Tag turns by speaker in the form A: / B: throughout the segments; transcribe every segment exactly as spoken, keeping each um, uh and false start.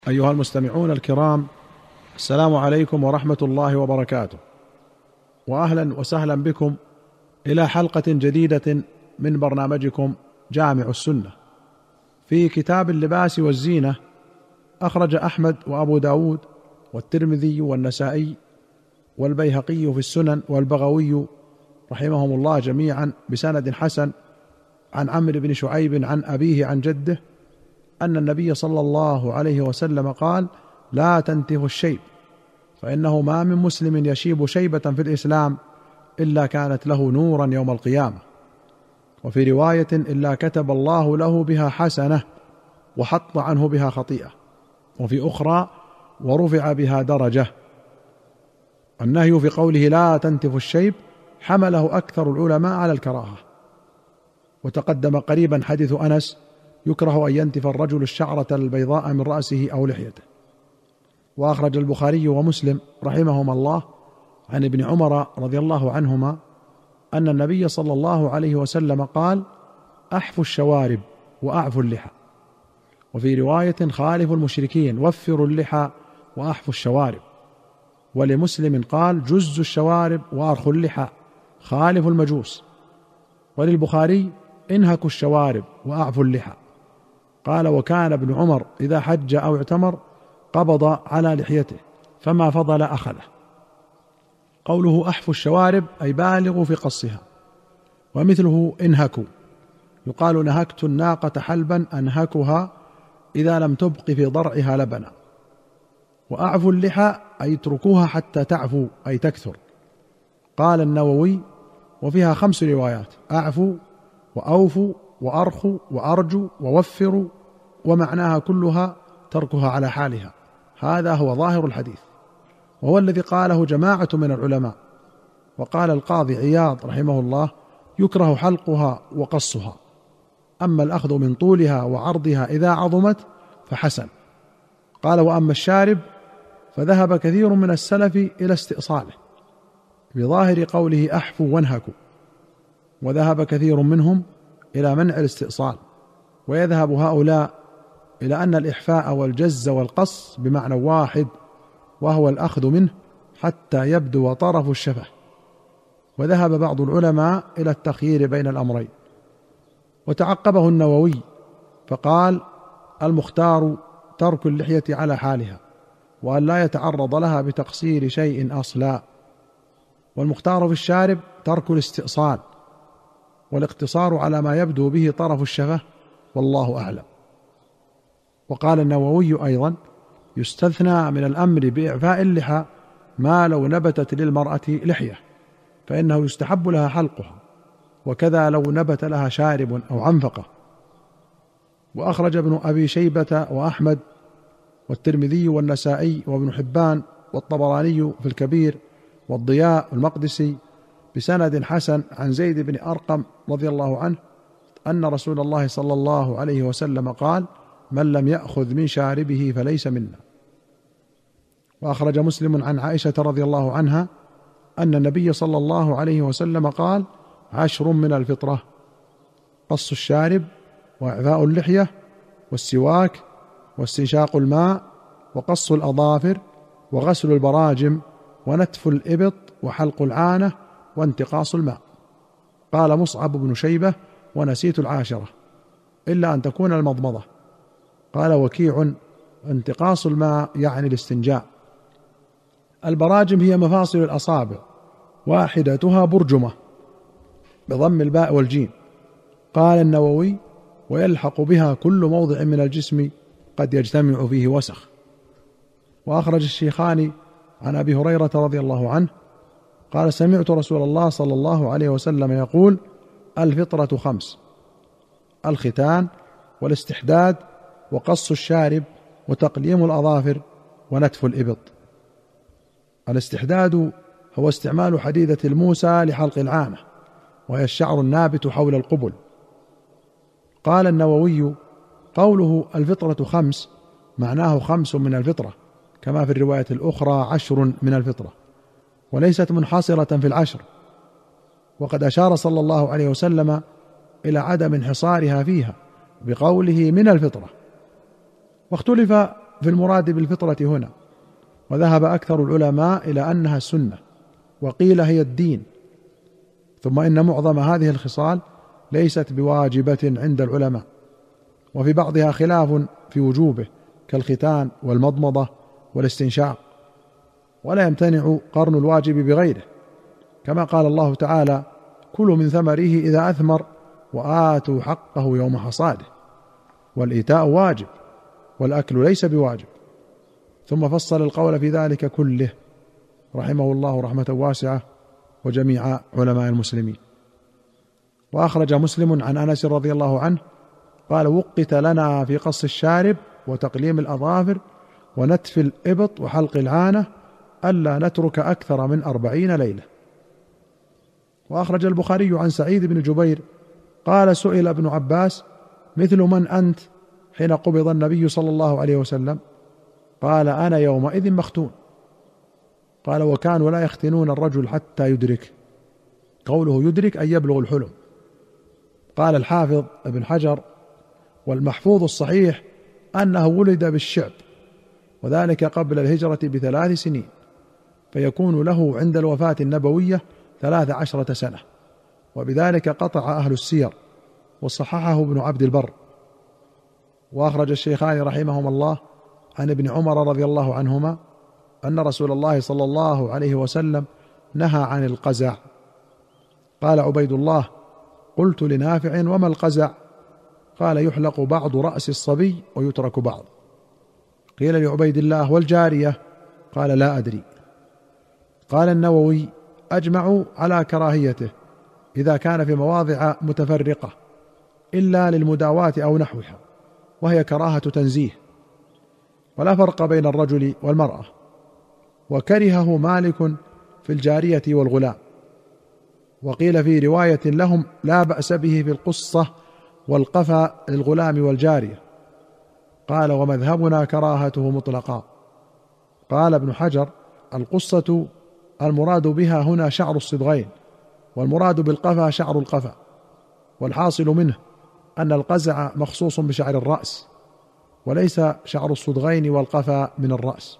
A: أيها المستمعون الكرام، السلام عليكم ورحمة الله وبركاته، وأهلا وسهلا بكم إلى حلقة جديدة من برنامجكم جامع السنة. في كتاب اللباس والزينة أخرج أحمد وأبو داود والترمذي والنسائي والبيهقي في السنن والبغوي رحمهم الله جميعا بسند حسن عن عمرو بن شعيب عن أبيه عن جده أن النبي صلى الله عليه وسلم قال: لا تنتهوا الشيب، فإنه ما من مسلم يشيب شيبة في الإسلام إلا كانت له نورا يوم القيامة، وفي رواية: إلا كتب الله له بها حسنة وحط عنه بها خطيئة، وفي أخرى: ورفع بها درجة. النهي في قوله لا تنتفوا الشيب حمله أكثر العلماء على الكراهة، وتقدم قريبا حديث أنس: يكره أن ينتف الرجل الشعرة البيضاء من رأسه أو لحيته. وأخرج البخاري ومسلم رحمهما الله عن ابن عمر رضي الله عنهما أن النبي صلى الله عليه وسلم قال: أحفوا الشوارب وأعفوا اللحى. وفي رواية: خالفوا المشركين وفروا اللحى وأحفوا الشوارب. ولمسلم قال: جزوا الشوارب وأرخوا اللحى، خالفوا المجوس. وللبخاري: انهكوا الشوارب وأعفوا اللحى. قال: وكان ابن عمر إذا حج أو اعتمر قبض على لحيته فما فضل أخذه. قوله أحفوا الشوارب أي بالغوا في قصها، ومثله انهكوا، يقال نهكت الناقة حلبا أنهكها إذا لم تبق في ضرعها لبنا. وأعفوا اللحى أي اتركوها حتى تعفو أي تكثر. قال النووي: وفيها خمس روايات: أعفوا وأوفوا وأرخوا وأرجوا ووفروا، ومعناها كلها تركها على حالها. هذا هو ظاهر الحديث، وهو الذي قاله جماعة من العلماء. وقال القاضي عياض رحمه الله: يكره حلقها وقصها، أما الأخذ من طولها وعرضها إذا عظمت فحسن. قال: وأما الشارب فذهب كثير من السلف إلى استئصاله بظاهر قوله أحفوا وانهكوا، وذهب كثير منهم إلى منع الاستئصال. ويذهب هؤلاء إلى أن الإحفاء والجز والقص بمعنى واحد، وهو الأخذ منه حتى يبدو طرف الشفة. وذهب بعض العلماء إلى التخيير بين الأمرين. وتعقبه النووي فقال: المختار ترك اللحية على حالها، وأن لا يتعرض لها بتقصير شيء أصلا. والمختار في الشارب ترك الاستئصال، والاقتصار على ما يبدو به طرف الشفة، والله أعلم. وقال النووي أيضا: يستثنى من الأمر بإعفاء اللحى ما لو نبتت للمرأة لحية، فإنه يستحب لها حلقها، وكذا لو نبت لها شارب أو عنفقة. وأخرج ابن أبي شيبة وأحمد والترمذي والنسائي وابن حبان والطبراني في الكبير والضياء المقدسي بسند حسن عن زيد بن أرقم رضي الله عنه أن رسول الله صلى الله عليه وسلم قال: من لم يأخذ من شاربه فليس منا. وأخرج مسلم عن عائشة رضي الله عنها أن النبي صلى الله عليه وسلم قال: عشر من الفطرة: قص الشارب، وإعفاء اللحية، والسواك، واستنشاق الماء، وقص الأظافر، وغسل البراجم، ونتف الإبط، وحلق العانة، وانتقاص الماء. قال مصعب بن شيبة: ونسيت العاشرة إلا أن تكون المضمضة. قال وكيع: انتقاص الماء يعني الاستنجاء. البراجم هي مفاصل الأصابع، واحدتها برجمة بضم الباء والجيم. قال النووي: ويلحق بها كل موضع من الجسم قد يجتمع فيه وسخ. وأخرج الشيخان عن أبي هريرة رضي الله عنه قال: سمعت رسول الله صلى الله عليه وسلم يقول: الفطرة خمس: الختان، والاستحداد، وقص الشارب، وتقليم الأظافر، ونتف الإبط. الاستحداد هو استعمال حديدة الموسى لحلق العانة، وهي الشعر النابت حول القبل. قال النووي: قوله الفطرة خمس معناه خمس من الفطرة، كما في الرواية الأخرى عشر من الفطرة، وليست منحصرة في العشر. وقد أشار صلى الله عليه وسلم إلى عدم انحصارها فيها بقوله من الفطرة. واختلف في المراد بالفطرة هنا، وذهب أكثر العلماء إلى أنها السنة، وقيل هي الدين. ثم إن معظم هذه الخصال ليست بواجبة عند العلماء، وفي بعضها خلاف في وجوبه كالختان والمضمضة والاستنشاق، ولا يمتنع قرن الواجب بغيره، كما قال الله تعالى: كلوا من ثمره إذا أثمر وآتوا حقه يوم حصاده. والإيتاء واجب والأكل ليس بواجب. ثم فصل القول في ذلك كله رحمه الله رحمة واسعة وجميع علماء المسلمين. وأخرج مسلم عن أنس رضي الله عنه قال: وقت لنا في قص الشارب وتقليم الأظافر ونتف الإبط وحلق العانة ألا نترك أكثر من أربعين ليلة. وأخرج البخاري عن سعيد بن جبير قال: سئل ابن عباس: مثل من أنت حين قبض النبي صلى الله عليه وسلم؟ قال: أنا يومئذ مختون. قال: وكانوا لا يختنون الرجل حتى يدرك. قوله يدرك أي يبلغ الحلم. قال الحافظ ابن حجر: والمحفوظ الصحيح أنه ولد بالشعب، وذلك قبل الهجرة بثلاث سنين، فيكون له عند الوفاة النبوية ثلاث عشرة سنة، وبذلك قطع أهل السير، وصححه ابن عبد البر. وأخرج الشيخان رحمهما الله عن ابن عمر رضي الله عنهما أن رسول الله صلى الله عليه وسلم نهى عن القزع. قال عبيد الله: قلت لنافع: وما القزع؟ قال: يحلق بعض رأس الصبي ويترك بعض. قيل لعبيد الله: والجارية؟ قال: لا أدري. قال النووي: أجمعوا على كراهيته إذا كان في مواضع متفرقة إلا للمداواة أو نحوها، وهي كراهة تنزيه، ولا فرق بين الرجل والمرأة. وكرهه مالك في الجارية والغلام. وقيل في رواية لهم: لا بأس به في القصة والقفا للغلام والجارية. قال: ومذهبنا كراهته مطلقا. قال ابن حجر: القصة المراد بها هنا شعر الصدغين، والمراد بالقفا شعر القفا، والحاصل منه أن القزع مخصوص بشعر الرأس، وليس شعر الصدغين والقفا من الرأس.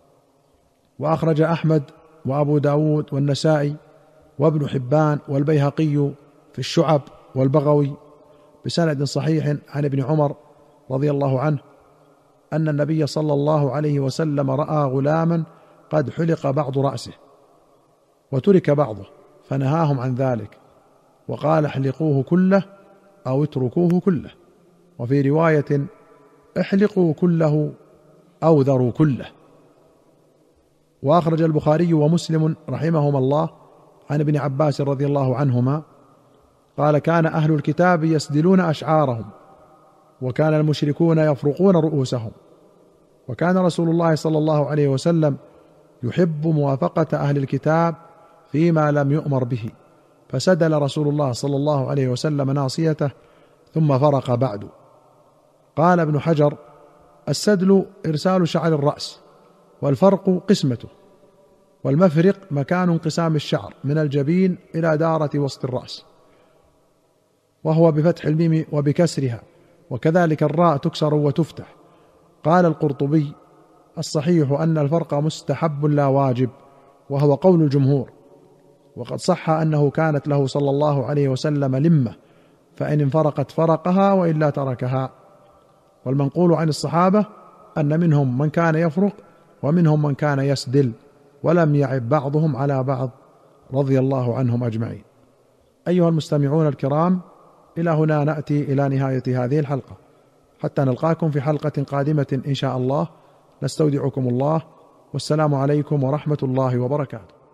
A: وأخرج أحمد وأبو داود والنسائي وابن حبان والبيهقي في الشعب والبغوي بسند صحيح عن ابن عمر رضي الله عنه أن النبي صلى الله عليه وسلم رأى غلاما قد حلق بعض رأسه وترك بعضه، فنهاهم عن ذلك، وقال: احلقوه كله أو اتركوه كله. وفي رواية: احلقوا كله أو ذروا كله. وأخرج البخاري ومسلم رحمهما الله عن ابن عباس رضي الله عنهما قال: كان أهل الكتاب يسدلون أشعارهم، وكان المشركون يفرقون رؤوسهم، وكان رسول الله صلى الله عليه وسلم يحب موافقة أهل الكتاب فيما لم يؤمر به، فسدل رسول الله صلى الله عليه وسلم ناصيته ثم فرق بعد. قال ابن حجر: السدل إرسال شعر الرأس، والفرق قسمته، والمفرق مكان انقسام الشعر من الجبين إلى دارة وسط الرأس، وهو بفتح الميم وبكسرها، وكذلك الراء تكسر وتفتح. قال القرطبي: الصحيح أن الفرق مستحب لا واجب، وهو قول الجمهور. وقد صح أنه كانت له صلى الله عليه وسلم لمة، فإن انفرقت فرقها وإلا تركها. والمنقول عن الصحابة أن منهم من كان يفرق ومنهم من كان يسدل، ولم يعب بعضهم على بعض رضي الله عنهم أجمعين. أيها المستمعون الكرام، إلى هنا نأتي إلى نهاية هذه الحلقة، حتى نلقاكم في حلقة قادمة إن شاء الله. نستودعكم الله، والسلام عليكم ورحمة الله وبركاته.